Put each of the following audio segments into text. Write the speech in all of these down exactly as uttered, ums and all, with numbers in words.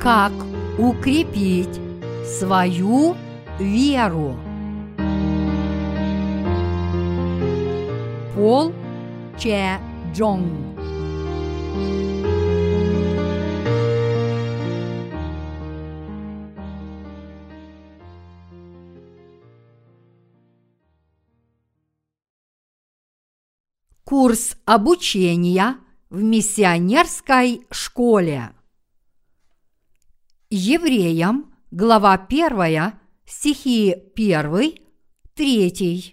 Как укрепить свою веру? Пол Че Джонг. Курс обучения в миссионерской школе. Евреям, глава первая, стихи первый, третий.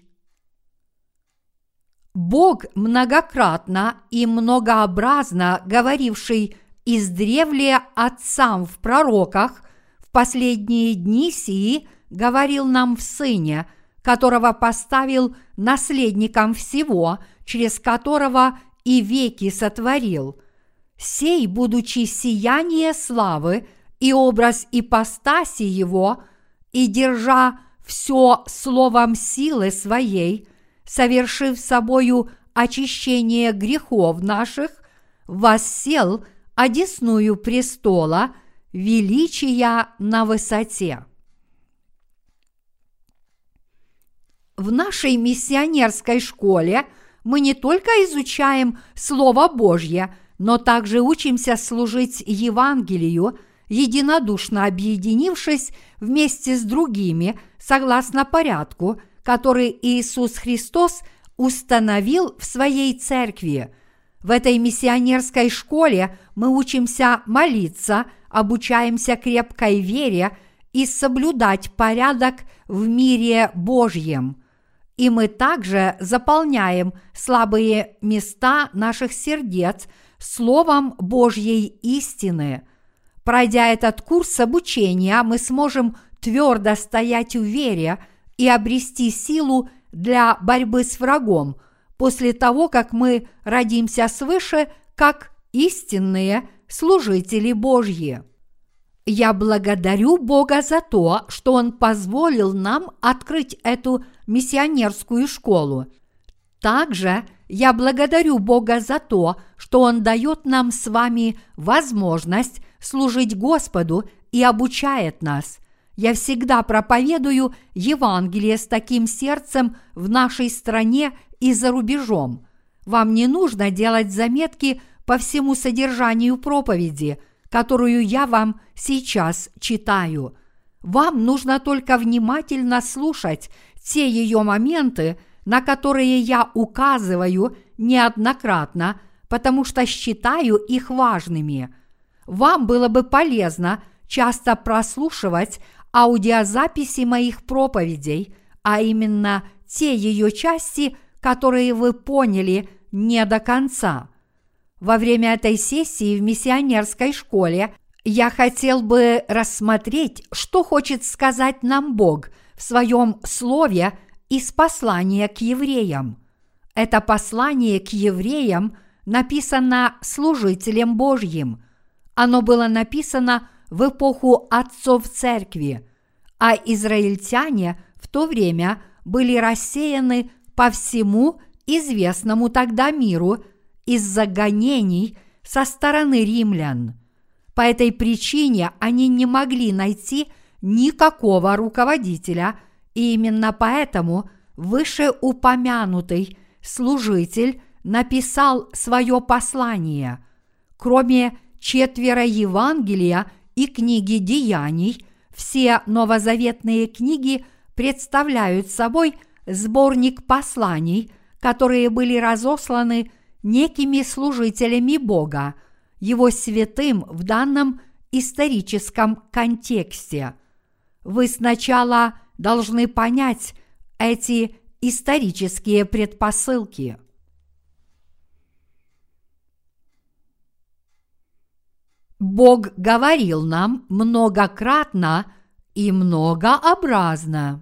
Бог, многократно и многообразно говоривший издревле отцам в пророках, в последние дни сии говорил нам в Сыне, которого поставил наследником всего, через которого и веки сотворил. Сей, будучи сияние славы и образ ипостаси его, и держа все словом силы своей, совершив собою очищение грехов наших, воссел одесную престола величия на высоте. В нашей миссионерской школе мы не только изучаем Слово Божье, но также учимся служить Евангелию, единодушно объединившись вместе с другими согласно порядку, который Иисус Христос установил в Своей Церкви. В этой миссионерской школе мы учимся молиться, обучаемся крепкой вере и соблюдать порядок в мире Божьем. И мы также заполняем слабые места наших сердец Словом Божьей истины. Пройдя этот курс обучения, мы сможем твердо стоять в вере и обрести силу для борьбы с врагом после того, как мы родимся свыше как истинные служители Божьи. Я благодарю Бога за то, что Он позволил нам открыть эту миссионерскую школу. Также я благодарю Бога за то, что Он дает нам с вами возможность служить Господу и обучает нас. Я всегда проповедую Евангелие с таким сердцем в нашей стране и за рубежом. Вам не нужно делать заметки по всему содержанию проповеди, которую я вам сейчас читаю. Вам нужно только внимательно слушать те ее моменты, на которые я указываю неоднократно, потому что считаю их важными. Вам было бы полезно часто прослушивать аудиозаписи моих проповедей, а именно те ее части, которые вы поняли не до конца. Во время этой сессии в миссионерской школе я хотел бы рассмотреть, что хочет сказать нам Бог в Своем Слове из послания к евреям. Это послание к евреям написано служителем Божьим. Оно было написано в эпоху отцов церкви, а израильтяне в то время были рассеяны по всему известному тогда миру из-за гонений со стороны римлян. По этой причине они не могли найти никакого руководителя, и именно поэтому вышеупомянутый служитель написал свое послание. Кроме четверо Евангелия и книги Деяний, все новозаветные книги представляют собой сборник посланий, которые были разосланы некими служителями Бога, Его святым в данном историческом контексте. Вы сначала должны понять эти исторические предпосылки. Бог говорил нам многократно и многообразно.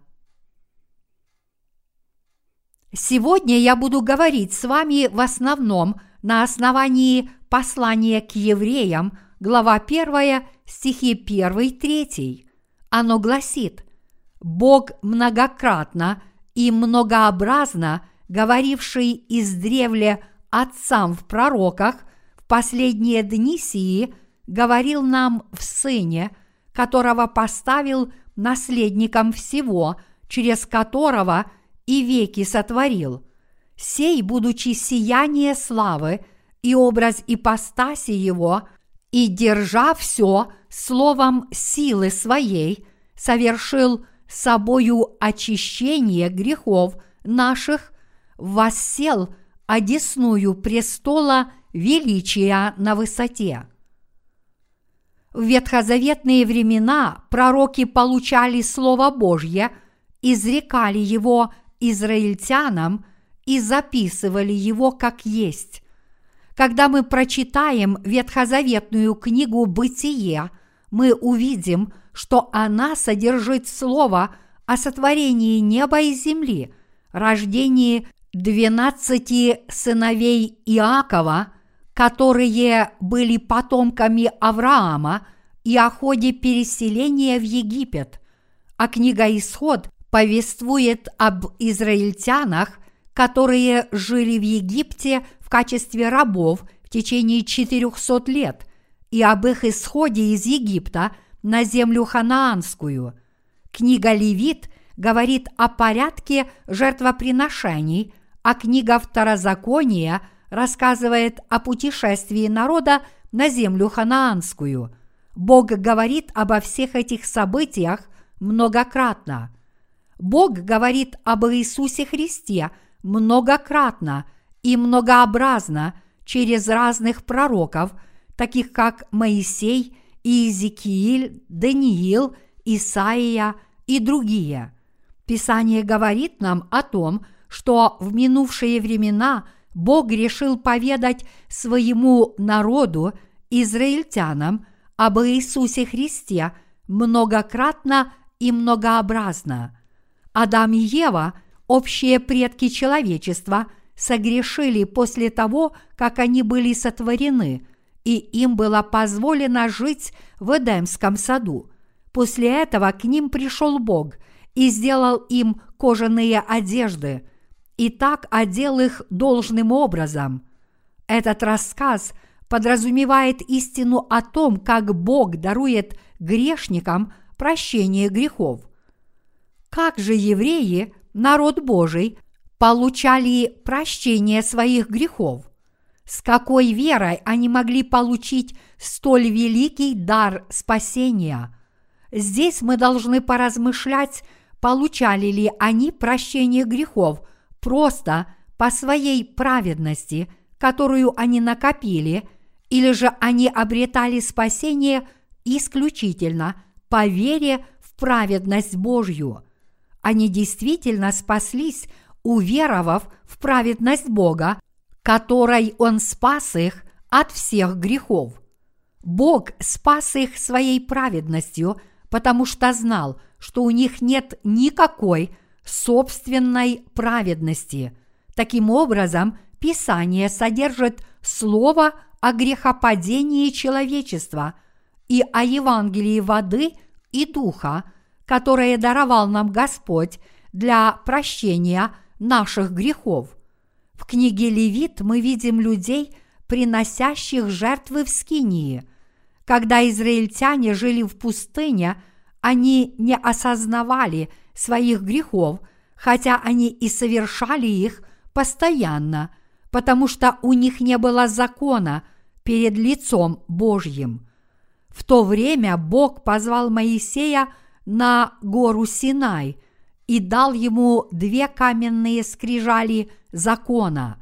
Сегодня я буду говорить с вами в основном на основании послания к евреям, глава первая, стихи первый, третий. Оно гласит: «Бог многократно и многообразно говоривший издревле отцам в пророках, в последние дни сии говорил нам в Сыне, которого поставил наследником всего, через которого и веки сотворил. Сей, будучи сияние славы и образ ипостаси его, и держа все словом силы своей, совершил собою очищение грехов наших, воссел одесную престола величия на высоте. В ветхозаветные времена пророки получали Слово Божье, изрекали его израильтянам и записывали его как есть. Когда мы прочитаем ветхозаветную книгу «Бытие», мы увидим, что она содержит слово о сотворении неба и земли, рождении двенадцати сыновей Иакова, которые были потомками Авраама, и о ходе переселения в Египет. А книга «Исход» повествует об израильтянах, которые жили в Египте в качестве рабов в течение четырехсот лет, и об их исходе из Египта на землю ханаанскую. Книга «Левит» говорит о порядке жертвоприношений, а книга «Второзаконие» рассказывает о путешествии народа на землю ханаанскую. Бог говорит обо всех этих событиях многократно. Бог говорит об Иисусе Христе многократно и многообразно через разных пророков, таких как Моисей, Иезекииль, Даниил, Исаия и другие. Писание говорит нам о том, что в минувшие времена Бог решил поведать своему народу, израильтянам, об Иисусе Христе многократно и многообразно. Адам и Ева, общие предки человечества, согрешили после того, как они были сотворены, и им было позволено жить в Эдемском саду. После этого к ним пришел Бог и сделал им кожаные одежды, и так одел их должным образом. Этот рассказ подразумевает истину о том, как Бог дарует грешникам прощение грехов. Как же евреи, народ Божий, получали прощение своих грехов? С какой верой они могли получить столь великий дар спасения? Здесь мы должны поразмышлять, получали ли они прощение грехов просто по своей праведности, которую они накопили, или же они обретали спасение исключительно по вере в праведность Божью. Они действительно спаслись, уверовав в праведность Бога, которой Он спас их от всех грехов. Бог спас их своей праведностью, потому что знал, что у них нет никакой собственной праведности. Таким образом, Писание содержит слово о грехопадении человечества и о Евангелии воды и духа, которое даровал нам Господь для прощения наших грехов. В книге Левит мы видим людей, приносящих жертвы в скинии. Когда израильтяне жили в пустыне, они не осознавали своих грехов, хотя они и совершали их постоянно, потому что у них не было закона перед лицом Божьим. В то время Бог позвал Моисея на гору Синай и дал ему две каменные скрижали закона.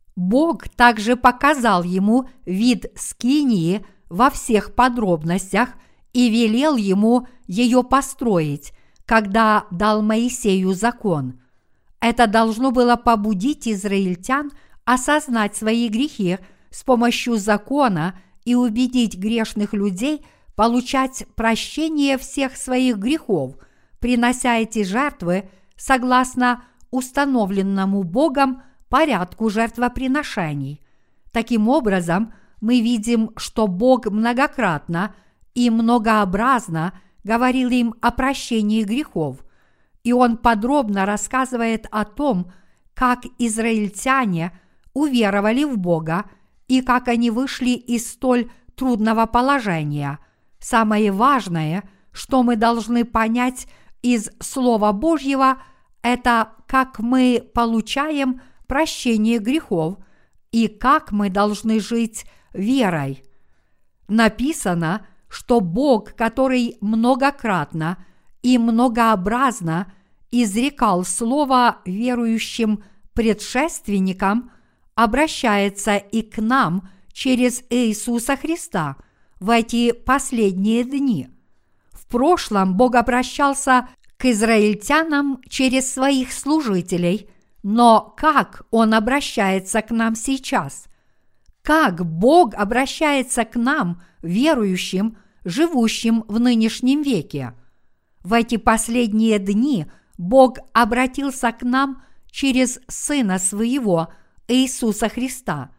Бог также показал ему вид скинии во всех подробностях и велел ему ее построить, когда дал Моисею закон. Это должно было побудить израильтян осознать свои грехи с помощью закона и убедить грешных людей получать прощение всех своих грехов, принося эти жертвы согласно установленному Богом порядку жертвоприношений. Таким образом, мы видим, что Бог многократно и многообразно говорил им о прощении грехов, и Он подробно рассказывает о том, как израильтяне уверовали в Бога и как они вышли из столь трудного положения. Самое важное, что мы должны понять из Слова Божьего, это как мы получаем прощение грехов и как мы должны жить верой. Написано, что Бог, который многократно и многообразно изрекал слово верующим предшественникам, обращается и к нам через Иисуса Христа в эти последние дни. В прошлом Бог обращался к израильтянам через своих служителей, но как Он обращается к нам сейчас? Как Бог обращается к нам, верующим, живущим в нынешнем веке? В эти последние дни Бог обратился к нам через Сына Своего, Иисуса Христа.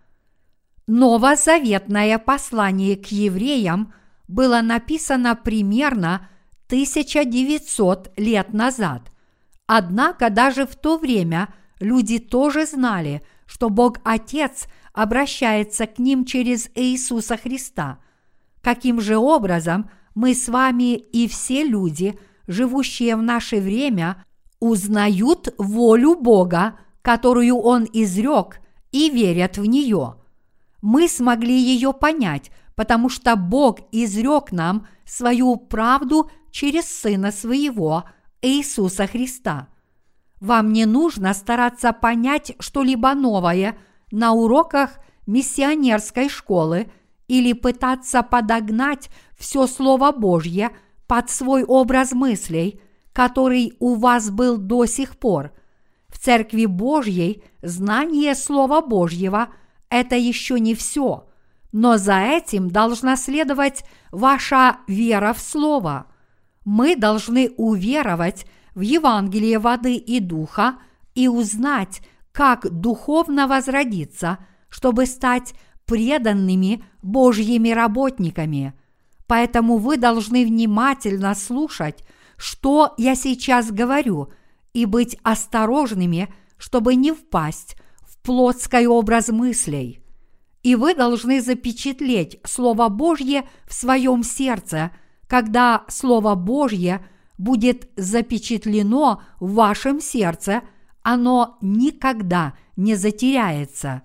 Новозаветное послание к евреям было написано примерно тысяча девятьсот лет назад. Однако даже в то время люди тоже знали, что Бог Отец обращается к ним через Иисуса Христа. Каким же образом мы с вами и все люди, живущие в наше время, узнают волю Бога, которую Он изрек, и верят в нее? Мы смогли ее понять, потому что Бог изрек нам свою правду через Сына Своего, Иисуса Христа. Вам не нужно стараться понять что-либо новое на уроках миссионерской школы или пытаться подогнать все Слово Божье под свой образ мыслей, который у вас был до сих пор. В Церкви Божьей знание Слова Божьего – это еще не все, но за этим должна следовать ваша вера в Слово. Мы должны уверовать в Евангелие воды и духа и узнать, как духовно возродиться, чтобы стать преданными Божьими работниками. Поэтому вы должны внимательно слушать, что я сейчас говорю, и быть осторожными, чтобы не впасть в плотский образ мыслей. И вы должны запечатлеть Слово Божье в своем сердце, когда Слово Божье будет запечатлено в вашем сердце, оно никогда не затеряется.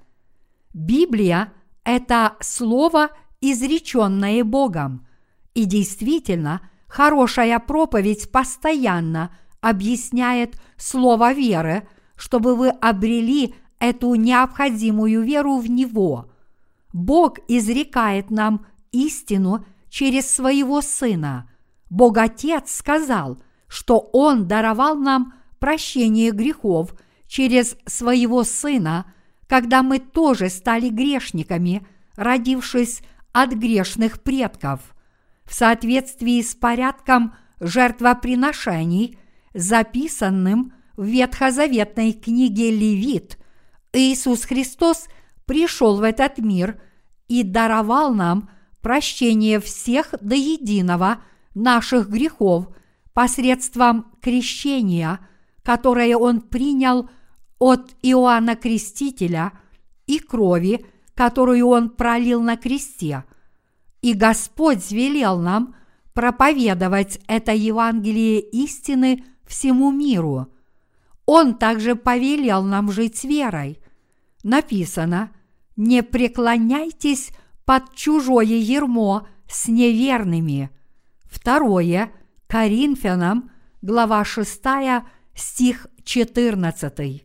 Библия – это Слово, изреченное Богом. И действительно, хорошая проповедь постоянно объясняет слово веры, чтобы вы обрели эту необходимую веру в Него. Бог изрекает нам истину через Своего Сына. Бог Отец сказал, что Он даровал нам прощение грехов через Своего Сына, когда мы тоже стали грешниками, родившись от грешных предков. В соответствии с порядком жертвоприношений, записанным в ветхозаветной книге Левит, Иисус Христос пришел в этот мир и даровал нам прощение всех до единого наших грехов посредством крещения, которое Он принял от Иоанна Крестителя, и крови, которую Он пролил на кресте. И Господь велел нам проповедовать это Евангелие истины всему миру. Он также повелел нам жить с верой. Написано: «Не преклоняйтесь под чужое ярмо с неверными». Второе Коринфянам, глава шестая, стих четырнадцатый.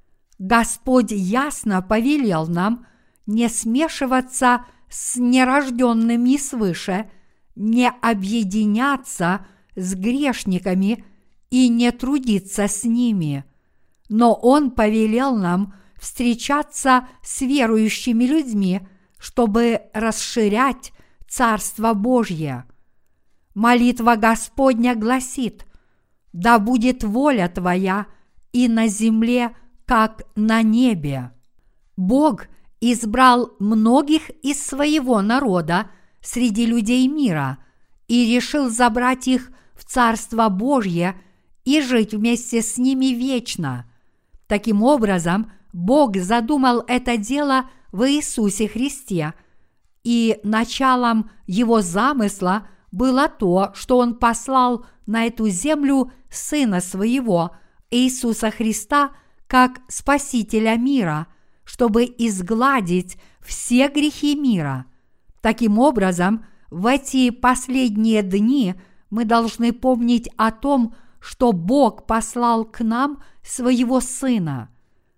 Господь ясно повелел нам не смешиваться с нерожденными свыше, не объединяться с грешниками и не трудиться с ними. Но Он повелел нам встречаться с верующими людьми, чтобы расширять Царство Божье. Молитва Господня гласит: «Да будет воля Твоя и на земле, как на небе». Бог избрал многих из своего народа среди людей мира и решил забрать их в Царство Божье и жить вместе с ними вечно. Таким образом, Бог задумал это дело в Иисусе Христе, и началом Его замысла было то, что Он послал на эту землю Сына Своего, Иисуса Христа, как Спасителя мира, чтобы изгладить все грехи мира. Таким образом, в эти последние дни мы должны помнить о том, что Бог послал к нам Своего Сына.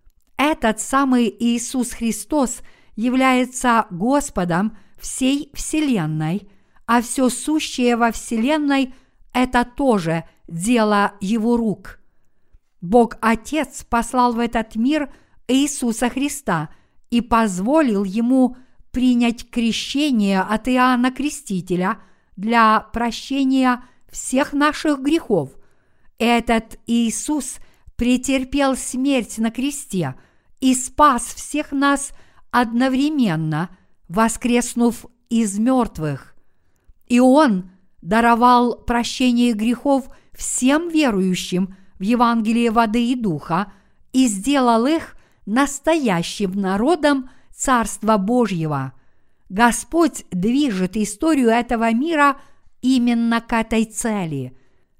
Этот самый Иисус Христос является Господом всей Вселенной, а все сущее во Вселенной – это тоже дело Его рук. Бог Отец послал в этот мир Иисуса Христа и позволил Ему принять крещение от Иоанна Крестителя для прощения всех наших грехов. Этот Иисус претерпел смерть на кресте и спас всех нас одновременно, воскреснув из мертвых. И Он даровал прощение грехов всем верующим в Евангелие воды и духа и сделал их настоящим народом Царства Божьего. Господь движет историю этого мира именно к этой цели.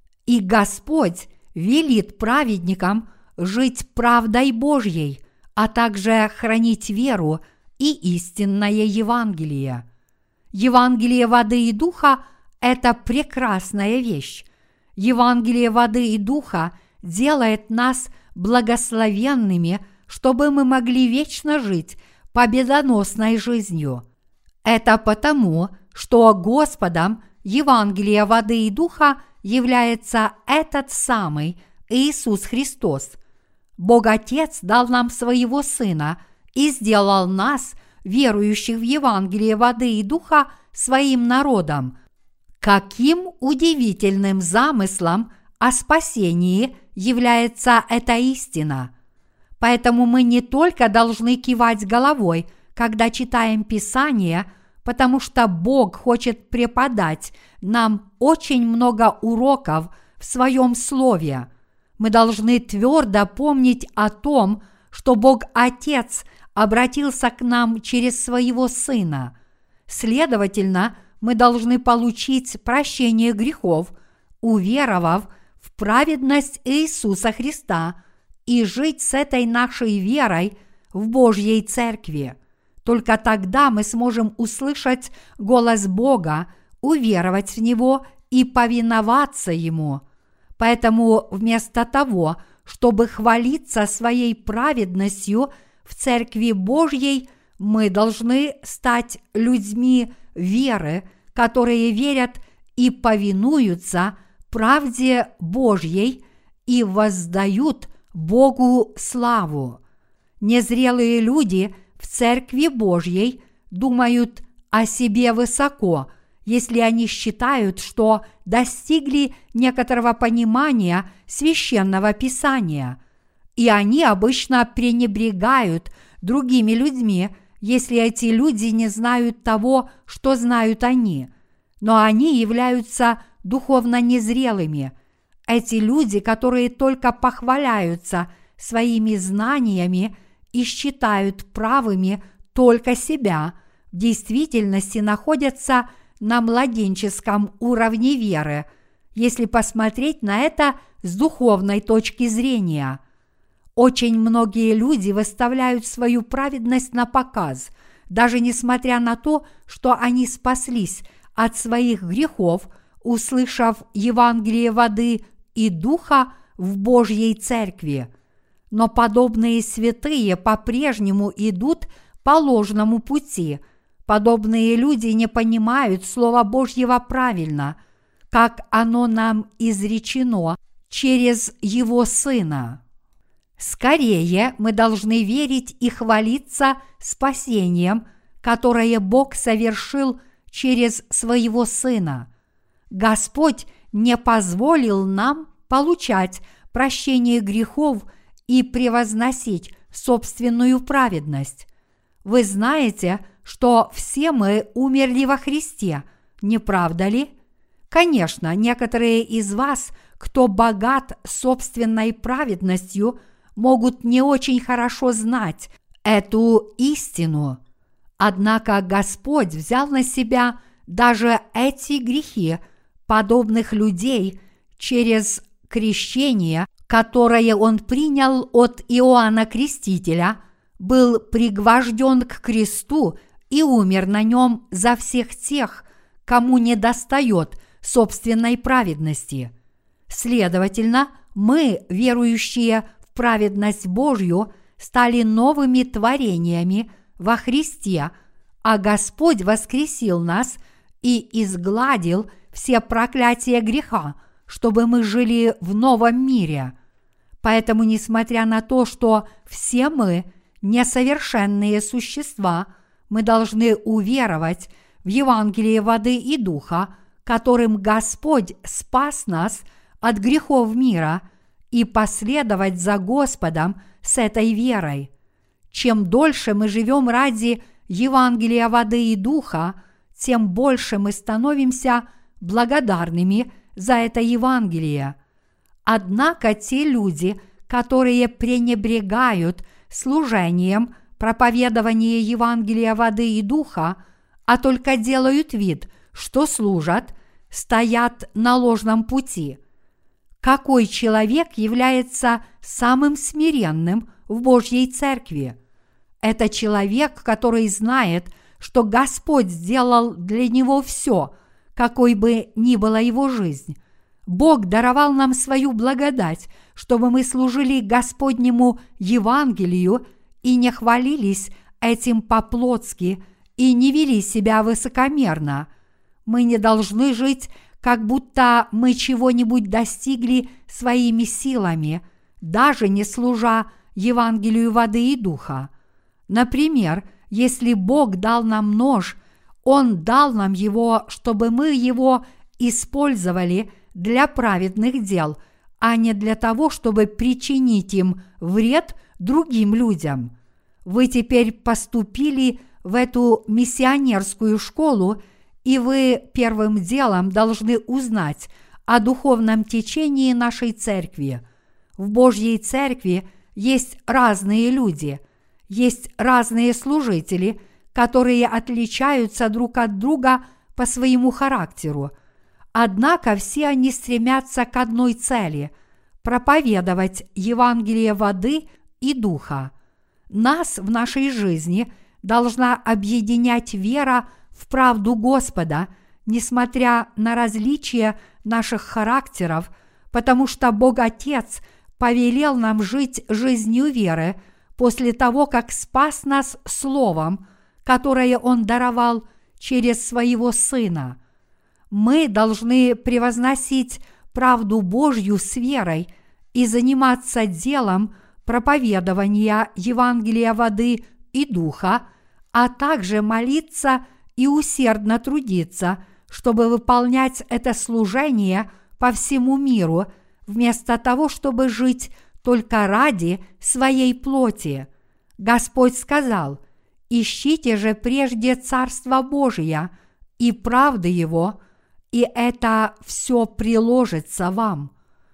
И Господь велит праведникам жить правдой Божьей, а также хранить веру и истинное Евангелие. Евангелие воды и духа – это прекрасная вещь. Евангелие воды и духа делает нас благословенными, чтобы мы могли вечно жить победоносной жизнью. Это потому, что Господом Евангелия воды и духа является этот самый Иисус Христос. Бог Отец дал нам Своего Сына и сделал нас, верующих в Евангелие воды и духа, Своим народом. Каким удивительным замыслом о спасении является эта истина! Поэтому мы не только должны кивать головой, когда читаем Писание, потому что Бог хочет преподать нам очень много уроков в Своем Слове. Мы должны твердо помнить о том, что Бог Отец обратился к нам через Своего Сына. Следовательно, мы должны получить прощение грехов, уверовав в праведность Иисуса Христа и жить с этой нашей верой в Божьей Церкви. Только тогда мы сможем услышать голос Бога, уверовать в Него и повиноваться Ему. Поэтому вместо того, чтобы хвалиться своей праведностью в Церкви Божьей, мы должны стать людьми веры, которые верят и повинуются правде Божьей и воздают Богу славу. Незрелые люди в Церкви Божьей думают о себе высоко, если они считают, что достигли некоторого понимания священного Писания, и они обычно пренебрегают другими людьми, если эти люди не знают того, что знают они, но они являются духовно незрелыми. Эти люди, которые только похваляются своими знаниями и считают правыми только себя, в действительности находятся на младенческом уровне веры, если посмотреть на это с духовной точки зрения. Очень многие люди выставляют свою праведность на показ, даже несмотря на то, что они спаслись от своих грехов, услышав Евангелие воды и духа в Божьей Церкви. Но подобные святые по-прежнему идут по ложному пути. Подобные люди не понимают Слова Божьего правильно, как оно нам изречено через Его Сына. Скорее мы должны верить и хвалиться спасением, которое Бог совершил через Своего Сына. Господь не позволил нам получать прощение грехов и превозносить собственную праведность. Вы знаете, что все мы умерли во Христе, не правда ли? Конечно, некоторые из вас, кто богат собственной праведностью, могут не очень хорошо знать эту истину. Однако Господь взял на себя даже эти грехи подобных людей через крещение, которое Он принял от Иоанна Крестителя, был пригвожден к кресту и умер на нем за всех тех, кому недостает собственной праведности. Следовательно, мы, верующие в праведность Божью, стали новыми творениями во Христе, а Господь воскресил нас и изгладил все проклятия греха, чтобы мы жили в новом мире. Поэтому, несмотря на то, что все мы несовершенные существа, мы должны уверовать в Евангелие воды и духа, которым Господь спас нас от грехов мира, и последовать за Господом с этой верой. Чем дольше мы живем ради Евангелия воды и духа, тем больше мы становимся благодарными за это Евангелие. Однако те люди, которые пренебрегают служением проповедования Евангелия воды и духа, а только делают вид, что служат, стоят на ложном пути. Какой человек является самым смиренным в Божьей Церкви? Это человек, который знает, что Господь сделал для него все, какой бы ни была его жизнь. Бог даровал нам свою благодать, чтобы мы служили Господнему Евангелию и не хвалились этим по-плотски и не вели себя высокомерно. Мы не должны жить, как будто мы чего-нибудь достигли своими силами, даже не служа Евангелию воды и духа. Например, если Бог дал нам нож, Он дал нам его, чтобы мы его использовали для праведных дел, а не для того, чтобы причинить им вред другим людям. Вы теперь поступили в эту миссионерскую школу, и вы первым делом должны узнать о духовном течении нашей церкви. В Божьей церкви есть разные люди, есть разные служители, которые отличаются друг от друга по своему характеру. Однако все они стремятся к одной цели – проповедовать Евангелие воды и духа. Нас в нашей жизни должна объединять вера в правду Господа, несмотря на различия наших характеров, потому что Бог Отец повелел нам жить жизнью веры после того, как спас нас Словом, которое Он даровал через Своего Сына. Мы должны превозносить правду Божью с верой и заниматься делом проповедования Евангелия воды и духа, а также молиться и усердно трудиться, чтобы выполнять это служение по всему миру, вместо того, чтобы жить только ради своей плоти. Господь сказал: «Ищите же прежде Царство Божие и правды Его, и это все приложится вам».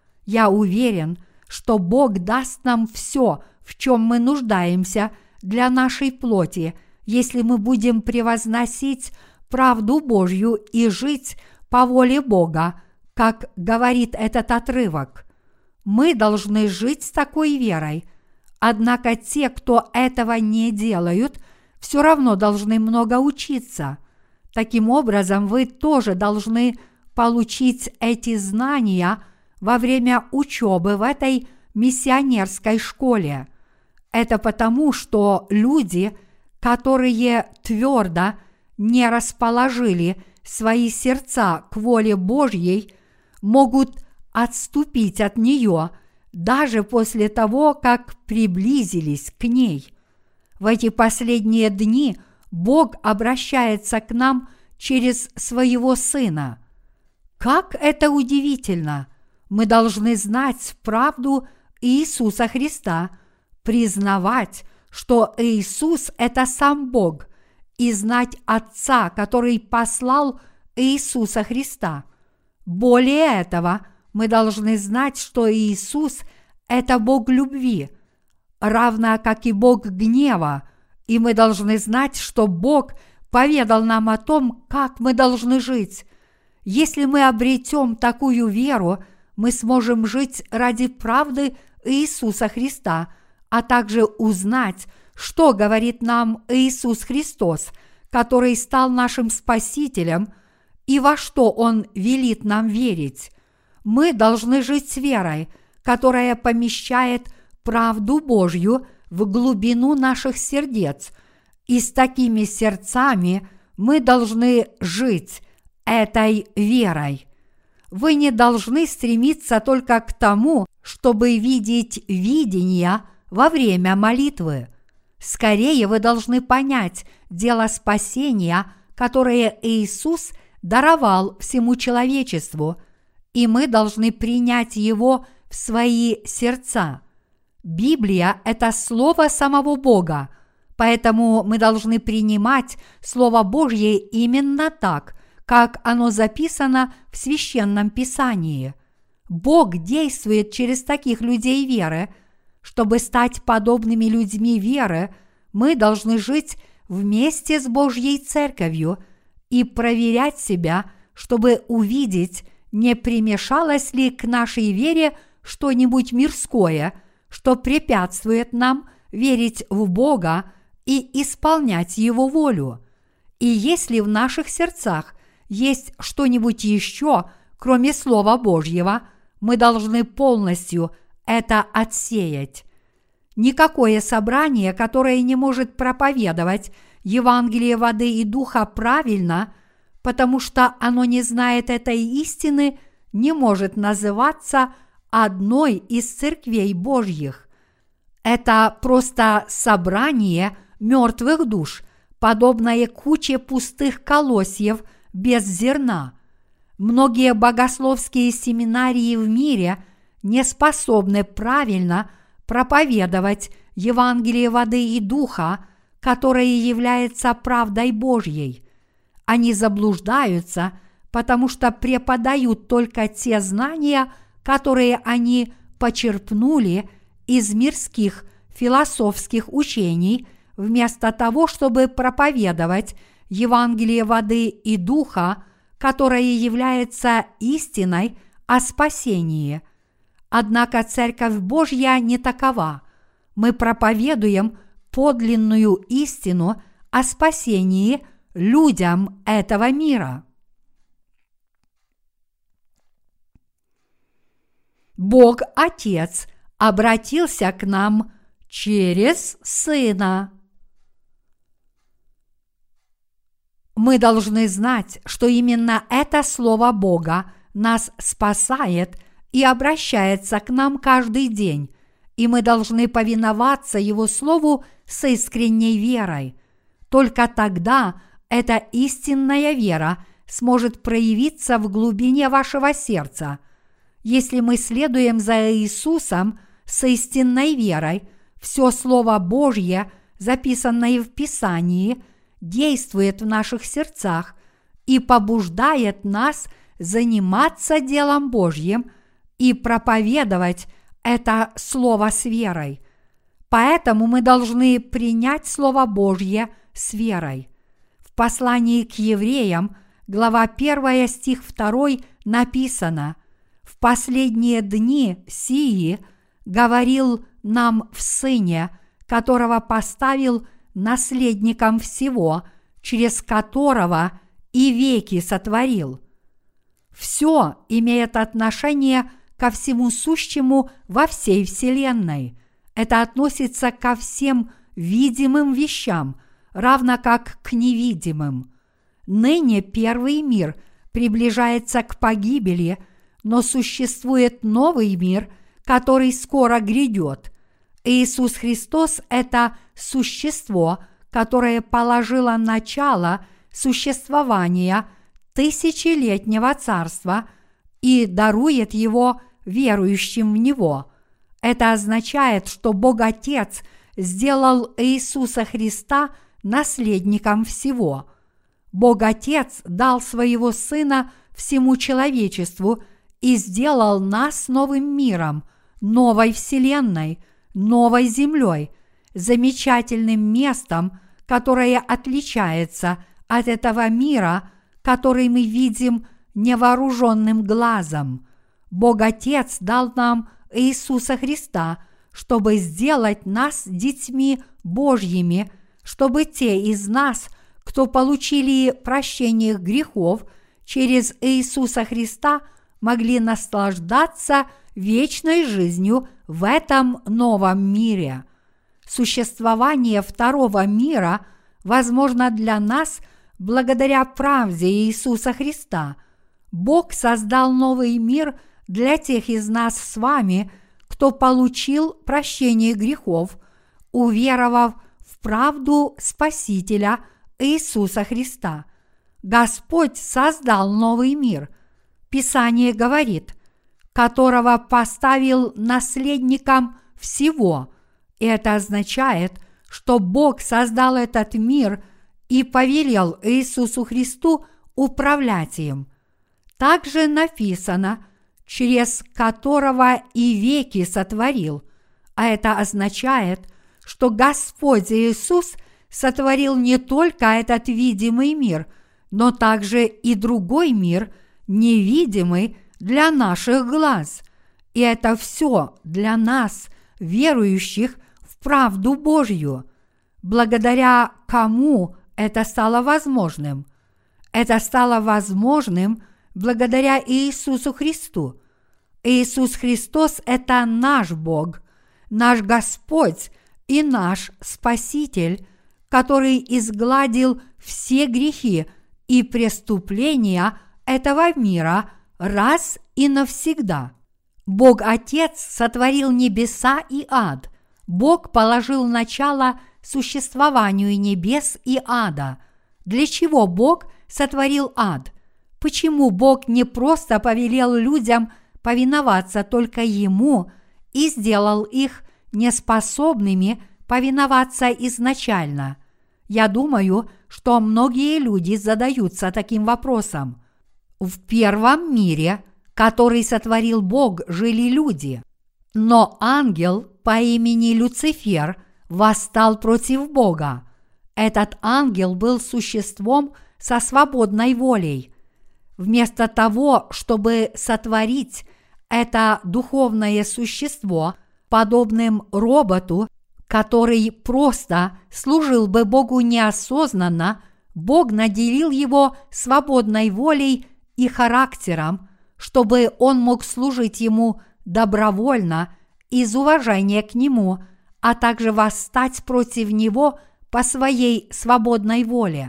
Я уверен, что Бог даст нам все, в чем мы нуждаемся для нашей плоти, если мы будем превозносить правду Божью и жить по воле Бога, как говорит этот отрывок. Мы должны жить с такой верой. Однако те, кто этого не делают, все равно должны много учиться. Таким образом, вы тоже должны получить эти знания во время учебы в этой миссионерской школе. Это потому, что люди, которые твердо не расположили свои сердца к воле Божьей, могут отступить от нее даже после того, как приблизились к ней. В эти последние дни Бог обращается к нам через Своего Сына. Как это удивительно! Мы должны знать правду Иисуса Христа, признавать, что Иисус – это сам Бог, и знать Отца, который послал Иисуса Христа. Более этого, мы должны знать, что Иисус – это Бог любви, равно как и Бог гнева, И мы должны знать, что Бог поведал нам о том, как мы должны жить. Если мы обретем такую веру, мы сможем жить ради правды Иисуса Христа, а также узнать, что говорит нам Иисус Христос, который стал нашим Спасителем, и во что Он велит нам верить. Мы должны жить с верой, которая помещает правду Божью в глубину наших сердец, и с такими сердцами мы должны жить этой верой. Вы не должны стремиться только к тому, чтобы видеть видения во время молитвы. Скорее вы должны понять дело спасения, которое Иисус даровал всему человечеству, и мы должны принять его в свои сердца. Библия – это Слово самого Бога, поэтому мы должны принимать Слово Божье именно так, как оно записано в Священном Писании. Бог действует через таких людей веры. Чтобы стать подобными людьми веры, мы должны жить вместе с Божьей Церковью и проверять себя, чтобы увидеть, не примешалось ли к нашей вере что-нибудь мирское, что препятствует нам верить в Бога и исполнять Его волю. И если в наших сердцах есть что-нибудь еще, кроме Слова Божьего, мы должны полностью это отсеять. Никакое собрание, которое не может проповедовать Евангелие воды и духа правильно, потому что оно не знает этой истины, не может называться одной из церквей Божьих. Это просто собрание мертвых душ, подобное куче пустых колосьев без зерна. Многие богословские семинарии в мире не способны правильно проповедовать Евангелие воды и духа, которое является правдой Божьей. Они заблуждаются, потому что преподают только те знания, которые они почерпнули из мирских философских учений, вместо того, чтобы проповедовать Евангелие воды и духа, которое является истиной о спасении. Однако Церковь Божья не такова. Мы проповедуем подлинную истину о спасении людям этого мира. Бог Отец обратился к нам через Сына. Мы должны знать, что именно это Слово Бога нас спасает и обращается к нам каждый день, и мы должны повиноваться Его Слову с искренней верой. Только тогда эта истинная вера сможет проявиться в глубине вашего сердца. Если мы следуем за Иисусом с истинной верой, все Слово Божье, записанное в Писании, действует в наших сердцах и побуждает нас заниматься делом Божьим и проповедовать это Слово с верой. Поэтому мы должны принять Слово Божье с верой. В послании к евреям, глава первая, стих второй, написано: «В последние дни сии говорил нам в Сыне, которого поставил наследником всего, через которого и веки сотворил». Все имеет отношение ко всему сущему во всей вселенной. Это относится ко всем видимым вещам, равно как к невидимым. Ныне первый мир приближается к погибели, но существует новый мир, который скоро грядет. Иисус Христос – это существо, которое положило начало существования тысячелетнего царства и дарует его верующим в Него. Это означает, что Бог Отец сделал Иисуса Христа наследником всего. Бог Отец дал своего Сына всему человечеству и сделал нас новым миром, новой вселенной, новой землей, замечательным местом, которое отличается от этого мира, который мы видим невооруженным глазом. Бог Отец дал нам Иисуса Христа, чтобы сделать нас детьми Божьими, чтобы те из нас, кто получили прощение грехов через Иисуса Христа, могли наслаждаться вечной жизнью в этом новом мире. Существование второго мира возможно для нас благодаря правде Иисуса Христа. Бог создал новый мир для тех из нас с вами, кто получил прощение грехов, уверовав в правду Спасителя Иисуса Христа. Господь создал новый мир. Писание говорит, которого поставил наследником всего. И это означает, что Бог создал этот мир и повелел Иисусу Христу управлять им. Также написано, через которого и веки сотворил, а это означает, что Господь Иисус сотворил не только этот видимый мир, но также и другой мир, невидимый для наших глаз. И это все для нас, верующих в правду Божью. Благодаря кому это стало возможным? Это стало возможным благодаря Иисусу Христу. Иисус Христос – это наш Бог, наш Господь и наш Спаситель, который изгладил все грехи и преступления этого мира раз и навсегда. Бог Отец сотворил небеса и ад. Бог положил начало существованию небес и ада. Для чего Бог сотворил ад? Почему Бог не просто повелел людям повиноваться только Ему и сделал их неспособными повиноваться изначально? Я думаю, что многие люди задаются таким вопросом. В первом мире, который сотворил Бог, жили люди. Но ангел по имени Люцифер восстал против Бога. Этот ангел был существом со свободной волей. Вместо того, чтобы сотворить это духовное существо подобным роботу, который просто служил бы Богу неосознанно, Бог наделил его свободной волей и характером, чтобы он мог служить ему добровольно из уважения к нему, а также восстать против него по своей свободной воле.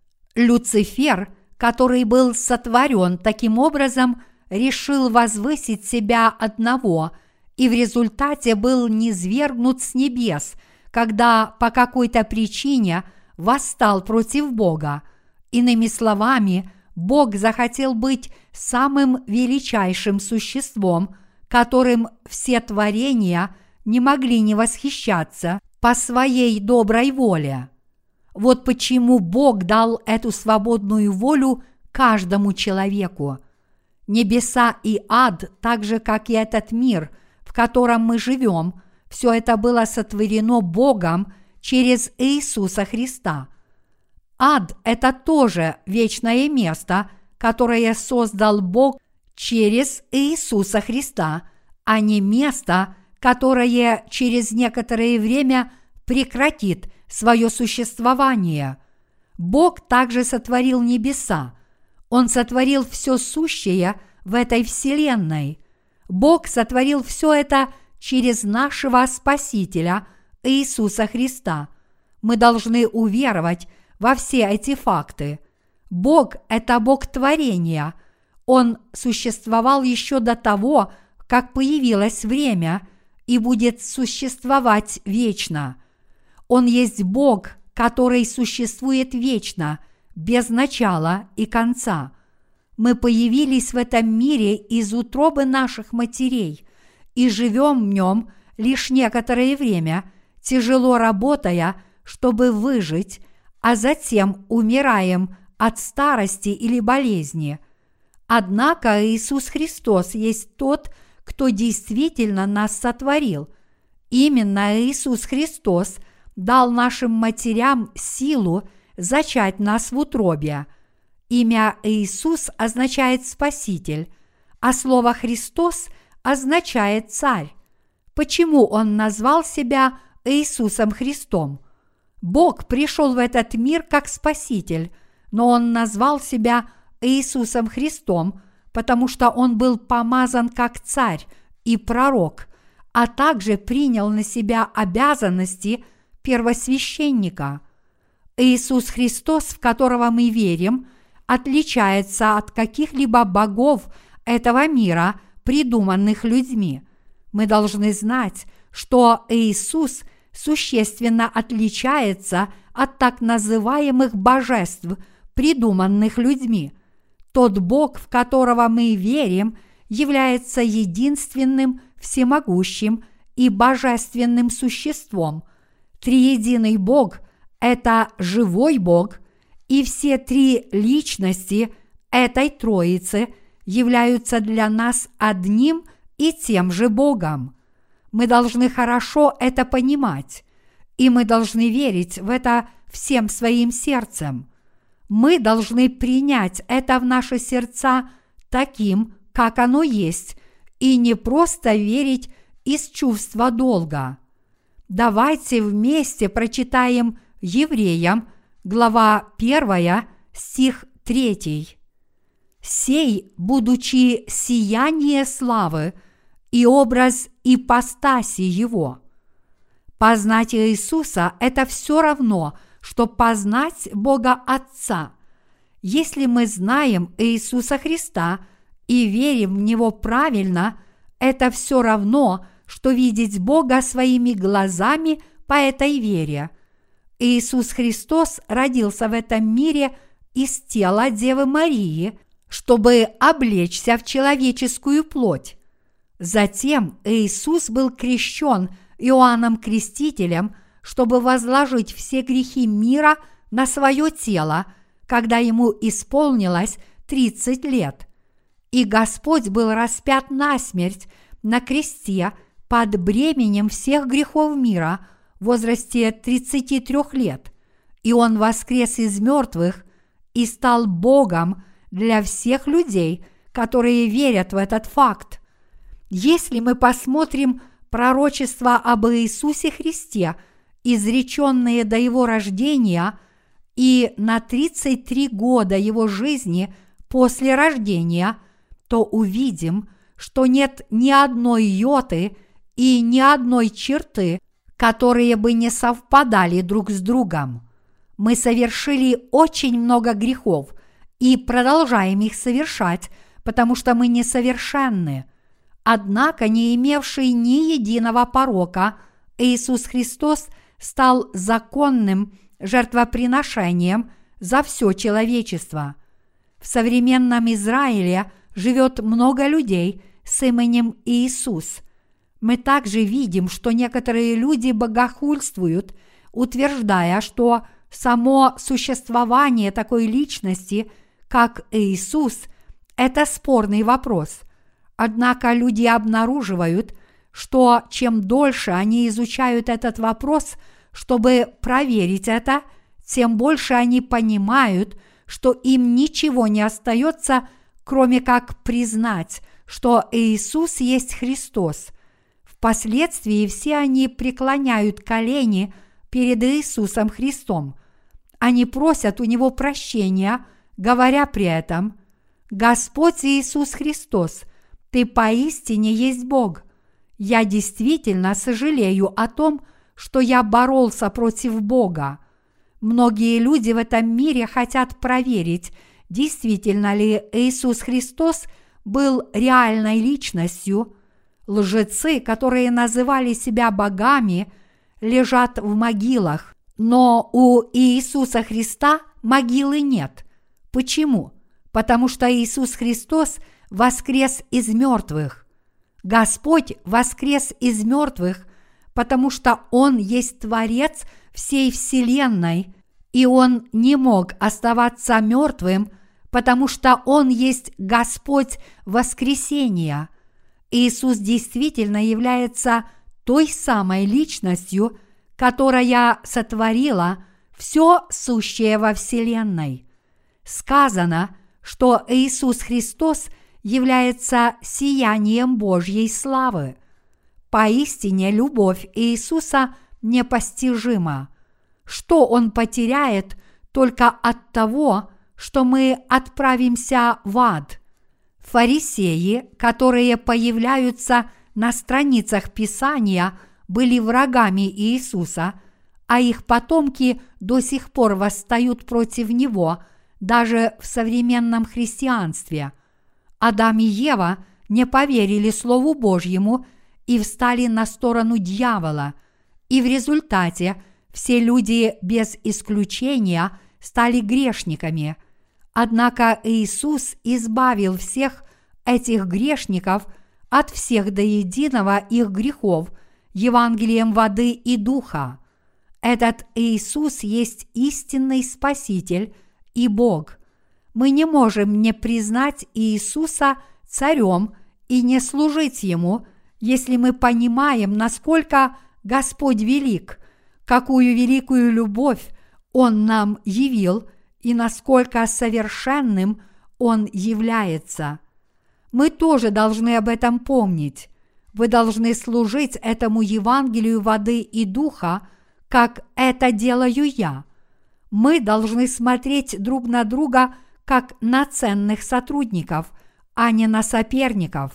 Люцифер, который был сотворен таким образом, решил возвысить себя одного и в результате был низвергнут с небес, когда по какой-то причине восстал против Бога. Иными словами, Бог захотел быть самым величайшим существом, которым все творения не могли не восхищаться по своей доброй воле. Вот почему Бог дал эту свободную волю каждому человеку. Небеса и ад, так же, как и этот мир, в котором мы живем, все это было сотворено Богом через Иисуса Христа. Ад – это тоже вечное место, которое создал Бог через Иисуса Христа, а не место, которое через некоторое время прекратит свое существование. Бог также сотворил небеса. Он сотворил все сущее в этой вселенной. Бог сотворил все это через нашего Спасителя Иисуса Христа. Мы должны уверовать во все эти факты. Бог – это Бог творения. Он существовал еще до того, как появилось время, и будет существовать вечно. Он есть Бог, который существует вечно, без начала и конца. Мы появились в этом мире из утробы наших матерей и живем в нем лишь некоторое время, тяжело работая, чтобы выжить, а затем умираем от старости или болезни. Однако Иисус Христос есть тот, кто действительно нас сотворил. Именно Иисус Христос дал нашим матерям силу зачать нас в утробе. Имя Иисус означает «Спаситель», а слово «Христос» означает «Царь». Почему Он назвал себя Иисусом Христом? Бог пришел в этот мир как Спаситель, но Он назвал себя Иисусом Христом, потому что Он был помазан как Царь и Пророк, а также принял на себя обязанности первосвященника. Иисус Христос, в которого мы верим, отличается от каких-либо богов этого мира, придуманных людьми. Мы должны знать, что Иисус существенно отличается от так называемых божеств, придуманных людьми. Тот Бог, в которого мы верим, является единственным, всемогущим и божественным существом. Триединый Бог – это живой Бог, и все три личности этой Троицы являются для нас одним и тем же Богом. Мы должны хорошо это понимать, и мы должны верить в это всем своим сердцем. Мы должны принять это в наши сердца таким, как оно есть, и не просто верить из чувства долга. Давайте вместе прочитаем Евреям, глава первая, стих третий. «Сей, будучи сияние славы и образ ипостаси Его». Познать Иисуса – это все равно, что познать Бога Отца. Если мы знаем Иисуса Христа и верим в Него правильно, это все равно, что видеть Бога своими глазами по этой вере. Иисус Христос родился в этом мире из тела Девы Марии, чтобы облечься в человеческую плоть. Затем Иисус был крещен Иоанном Крестителем, чтобы возложить все грехи мира на свое тело, когда ему исполнилось тридцать лет. И Господь был распят насмерть на кресте под бременем всех грехов мира в возрасте тридцати трёх лет, и Он воскрес из мертвых и стал Богом для всех людей, которые верят в этот факт. Если мы посмотрим пророчества об Иисусе Христе, изреченные до Его рождения и на тридцать три года Его жизни после рождения, то увидим, что нет ни одной йоты и ни одной черты, которые бы не совпадали друг с другом. Мы совершили очень много грехов и продолжаем их совершать, потому что мы несовершенны. Однако, не имевший ни единого порока, Иисус Христос стал законным жертвоприношением за все человечество. В современном Израиле живет много людей с именем Иисус. Мы также видим, что некоторые люди богохульствуют, утверждая, что само существование такой личности, как Иисус, это спорный вопрос. Однако люди обнаруживают, что чем дольше они изучают этот вопрос, чтобы проверить это, тем больше они понимают, что им ничего не остается, кроме как признать, что Иисус есть Христос. Впоследствии все они преклоняют колени перед Иисусом Христом. Они просят у Него прощения, говоря при этом: «Господь Иисус Христос, Ты поистине есть Бог. Я действительно сожалею о том, что я боролся против Бога». Многие люди в этом мире хотят проверить, действительно ли Иисус Христос был реальной личностью. Лжецы, которые называли себя богами, лежат в могилах, но у Иисуса Христа могилы нет. Почему? Потому что Иисус Христос воскрес из мертвых. Господь воскрес из мертвых, потому что Он есть Творец всей вселенной, и Он не мог оставаться мертвым, потому что Он есть Господь воскресения. Иисус действительно является той самой личностью, которая сотворила все сущее во вселенной. Сказано, что Иисус Христос является сиянием Божьей славы. Поистине любовь Иисуса непостижима. Что Он потеряет только от того, что мы отправимся в ад? Фарисеи, которые появляются на страницах Писания, были врагами Иисуса, а их потомки до сих пор восстают против Него даже в современном христианстве. Адам и Ева не поверили Слову Божьему и встали на сторону дьявола, и в результате все люди без исключения стали грешниками. Однако Иисус избавил всех этих грешников от всех до единого их грехов Евангелием воды и духа. Этот Иисус есть истинный Спаситель и Бог. Мы не можем не признать Иисуса царем и не служить Ему, если мы понимаем, насколько Господь велик, какую великую любовь Он нам явил и насколько совершенным Он является. Мы тоже должны об этом помнить. Вы должны служить этому Евангелию воды и духа, как это делаю я. Мы должны смотреть друг на друга как на ценных сотрудников, а не на соперников.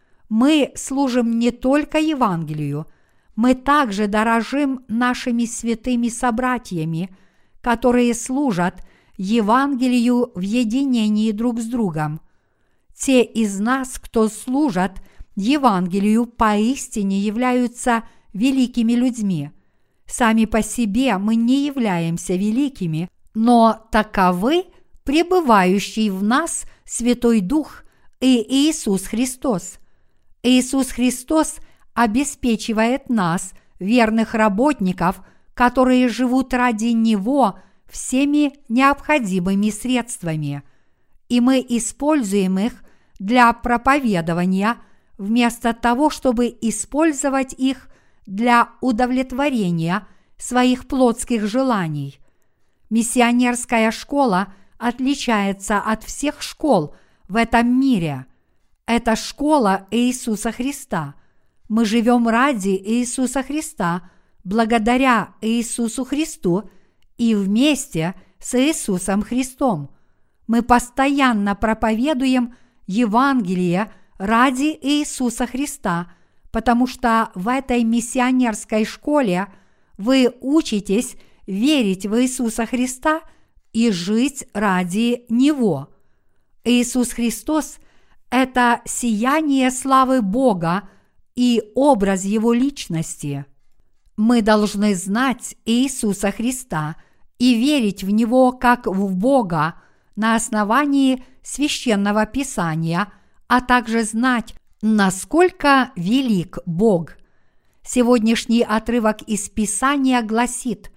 Мы служим не только Евангелию, мы также дорожим нашими святыми собратьями, которые служат Евангелию в единении друг с другом. Те из нас, кто служат Евангелию, поистине являются великими людьми. Сами по себе мы не являемся великими, но таковы пребывающий в нас Святой Дух и Иисус Христос. Иисус Христос обеспечивает нас, верных работников, которые живут ради Него всеми необходимыми средствами, и мы используем их для проповедования вместо того, чтобы использовать их для удовлетворения своих плотских желаний. Миссионерская школа отличается от всех школ в этом мире. Это школа Иисуса Христа. Мы живем ради Иисуса Христа, благодаря Иисусу Христу и вместе с Иисусом Христом. Мы постоянно проповедуем Евангелие ради Иисуса Христа, потому что в этой миссионерской школе вы учитесь верить в Иисуса Христа и жить ради Него. Иисус Христос – это сияние славы Бога и образ Его личности. Мы должны знать Иисуса Христа и верить в Него как в Бога на основании Священного Писания, а также знать, насколько велик Бог. Сегодняшний отрывок из Писания гласит: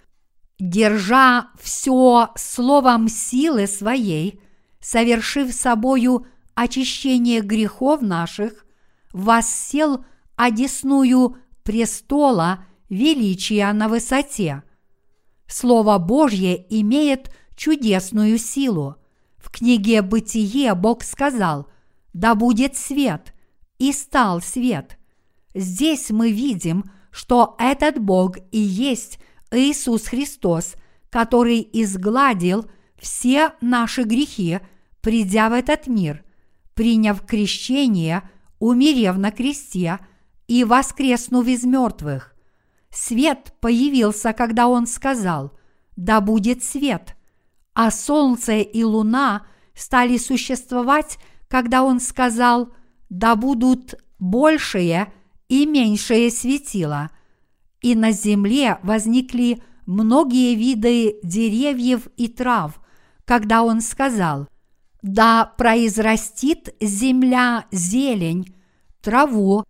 «Держа все словом силы своей, совершив собою очищение грехов наших, воссел одесную престола величия на высоте». Слово Божье имеет чудесную силу. В книге «Бытие» Бог сказал: «Да будет свет», и стал свет. Здесь мы видим, что этот Бог и есть Иисус Христос, который изгладил все наши грехи, придя в этот мир, приняв крещение, умерев на кресте и воскреснув из мертвых. Свет появился, когда Он сказал: «Да будет свет», а солнце и луна стали существовать, когда Он сказал: «Да будут большие и меньшие светила», и на земле возникли многие виды деревьев и трав, когда Он сказал: «Да произрастит земля зелень, траву,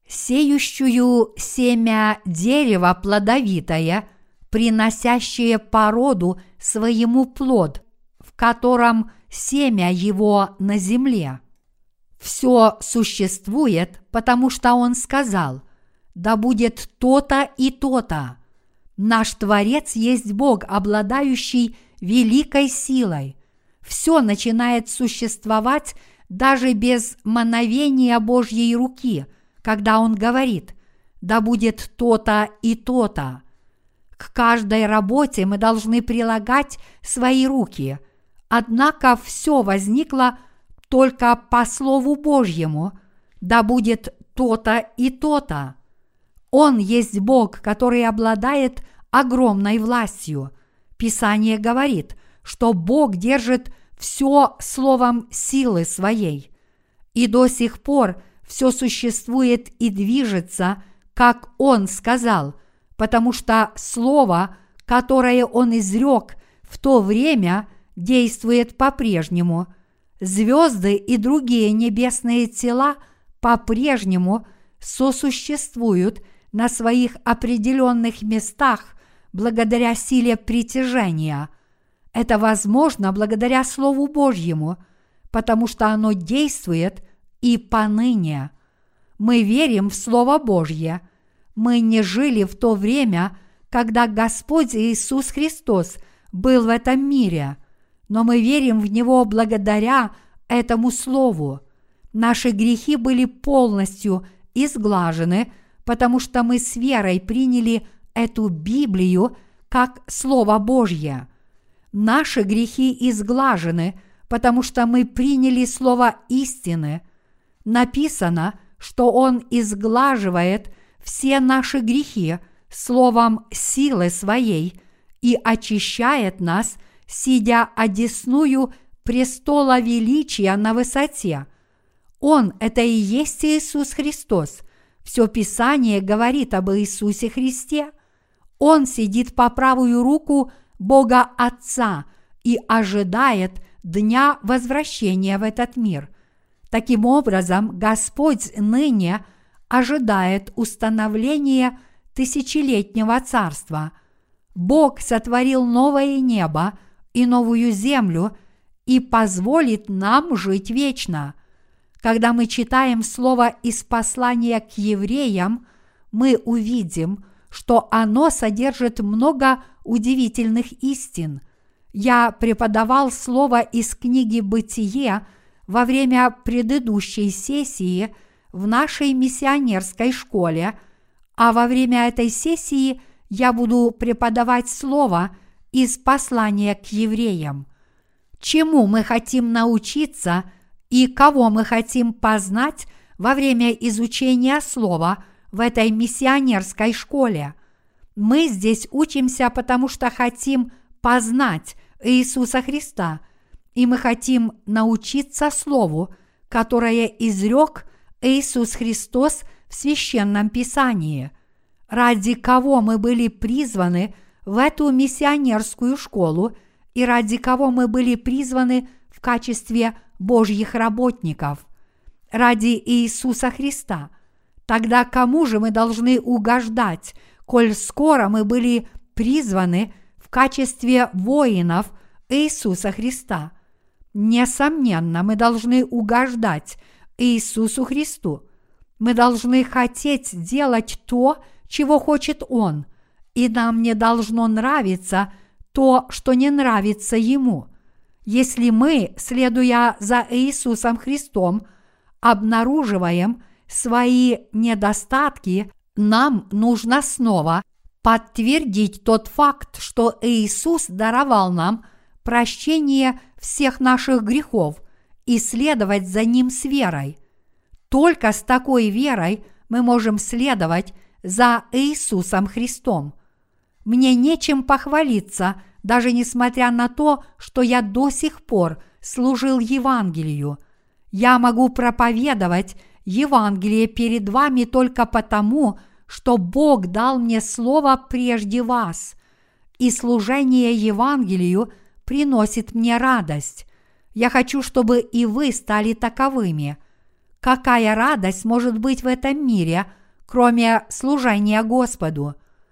сеющую семя дерева плодовитое, приносящее по роду своему плод, в котором семя его на земле». Все существует, потому что Он сказал: «Да будет то-то и то-то». Наш Творец есть Бог, обладающий великой силой. Все начинает существовать даже без мановения Божьей руки, когда Он говорит: «Да будет то-то и то-то». К каждой работе мы должны прилагать свои руки, однако все возникло только по Слову Божьему: «Да будет то-то и то-то». Он есть Бог, который обладает огромной властью. Писание говорит, что Бог держит все словом силы своей. И до сих пор все существует и движется, как Он сказал, потому что слово, которое Он изрек в то время, действует по-прежнему. Звезды и другие небесные тела по-прежнему сосуществуют на своих определенных местах благодаря силе притяжения. Это возможно благодаря Слову Божьему, потому что оно действует и поныне. Мы верим в Слово Божье. Мы не жили в то время, когда Господь Иисус Христос был в этом мире, но мы верим в Него благодаря этому Слову. Наши грехи были полностью изглажены, потому что мы с верой приняли эту Библию как Слово Божье. Наши грехи изглажены, потому что мы приняли Слово истины. Написано, что Он изглаживает все наши грехи словом силы своей и очищает нас, сидя одесную престола величия на высоте. Он – это и есть Иисус Христос. Все Писание говорит об Иисусе Христе. Он сидит по правую руку Бога Отца и ожидает дня возвращения в этот мир. Таким образом, Господь ныне ожидает установления тысячелетнего царства. Бог сотворил новое небо и новую землю и позволит нам жить вечно. Когда мы читаем слово из послания к евреям, мы увидим, что оно содержит много удивительных истин. Я преподавал слово из книги «Бытие» во время предыдущей сессии в нашей миссионерской школе, а во время этой сессии я буду преподавать слово из послания к евреям. Чему мы хотим научиться и кого мы хотим познать во время изучения слова в этой миссионерской школе? Мы здесь учимся, потому что хотим познать Иисуса Христа, и мы хотим научиться Слову, которое изрек Иисус Христос в Священном Писании. Ради кого мы были призваны в эту миссионерскую школу и ради кого мы были призваны в качестве Божьих работников? Ради Иисуса Христа. Тогда кому же мы должны угождать, коль скоро мы были призваны в качестве воинов Иисуса Христа? Несомненно, мы должны угождать Иисусу Христу. Мы должны хотеть делать то, чего хочет Он, и нам не должно нравиться то, что не нравится Ему. Если мы, следуя за Иисусом Христом, обнаруживаем свои недостатки, нам нужно снова подтвердить тот факт, что Иисус даровал нам прощение всех наших грехов и следовать за Ним с верой. Только с такой верой мы можем следовать за Иисусом Христом. Мне нечем похвалиться, даже несмотря на то, что я до сих пор служил Евангелию. Я могу проповедовать Евангелие перед вами только потому, что Бог дал мне слово прежде вас, и служение Евангелию приносит мне радость. Я хочу, чтобы и вы стали таковыми. Какая радость может быть в этом мире, кроме служения Господу?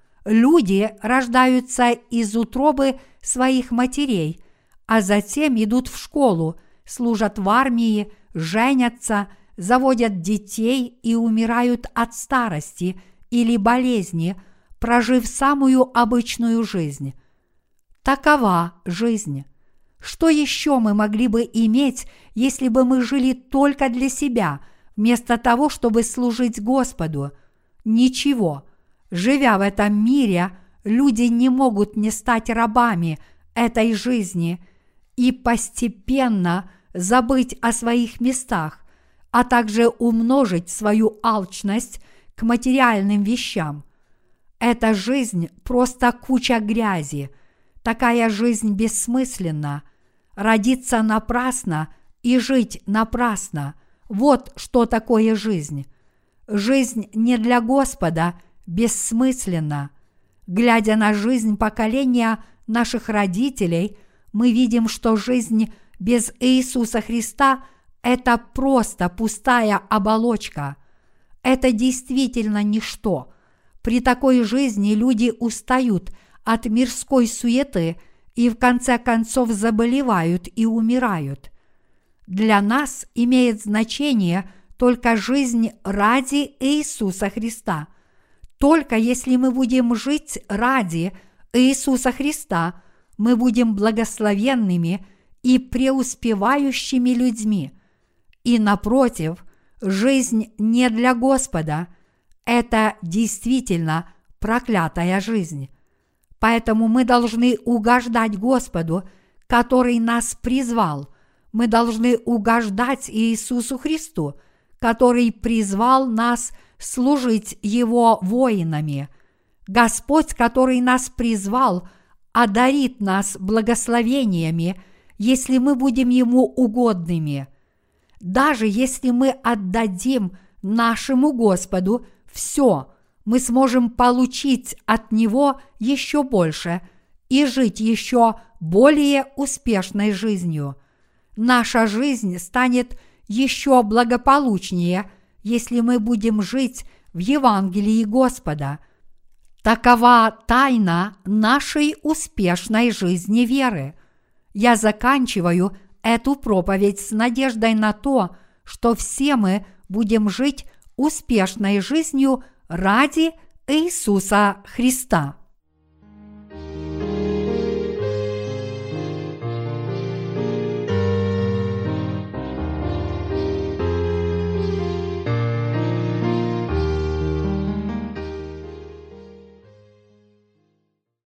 Люди рождаются из утробы своих матерей, а затем идут в школу, служат в армии, женятся, заводят детей и умирают от старости или болезни, прожив самую обычную жизнь. Такова жизнь. Что еще мы могли бы иметь, если бы мы жили только для себя, вместо того, чтобы служить Господу? Ничего. Живя в этом мире, люди не могут не стать рабами этой жизни и постепенно забыть о своих местах, а также умножить свою алчность к материальным вещам. Эта жизнь просто куча грязи. Такая жизнь бессмысленна. Родиться напрасно и жить напрасно – вот что такое жизнь. Жизнь не для Господа бессмысленна. Глядя на жизнь поколения наших родителей, мы видим, что жизнь без Иисуса Христа – это просто пустая оболочка. Это действительно ничто. При такой жизни люди устают от мирской суеты и в конце концов заболевают и умирают. Для нас имеет значение только жизнь ради Иисуса Христа. Только если мы будем жить ради Иисуса Христа, мы будем благословенными и преуспевающими людьми. И напротив, жизнь не для Господа – это действительно проклятая жизнь. Поэтому мы должны угождать Господу, который нас призвал. Мы должны угождать Иисусу Христу, который призвал нас служить Его воинами. Господь, который нас призвал, одарит нас благословениями, если мы будем Ему угодными. Даже если мы отдадим нашему Господу все, мы сможем получить от Него еще больше и жить еще более успешной жизнью. Наша жизнь станет еще благополучнее, если мы будем жить в Евангелии Господа. Такова тайна нашей успешной жизни веры. Я заканчиваю эту проповедь с надеждой на то, что все мы будем жить успешной жизнью ради Иисуса Христа.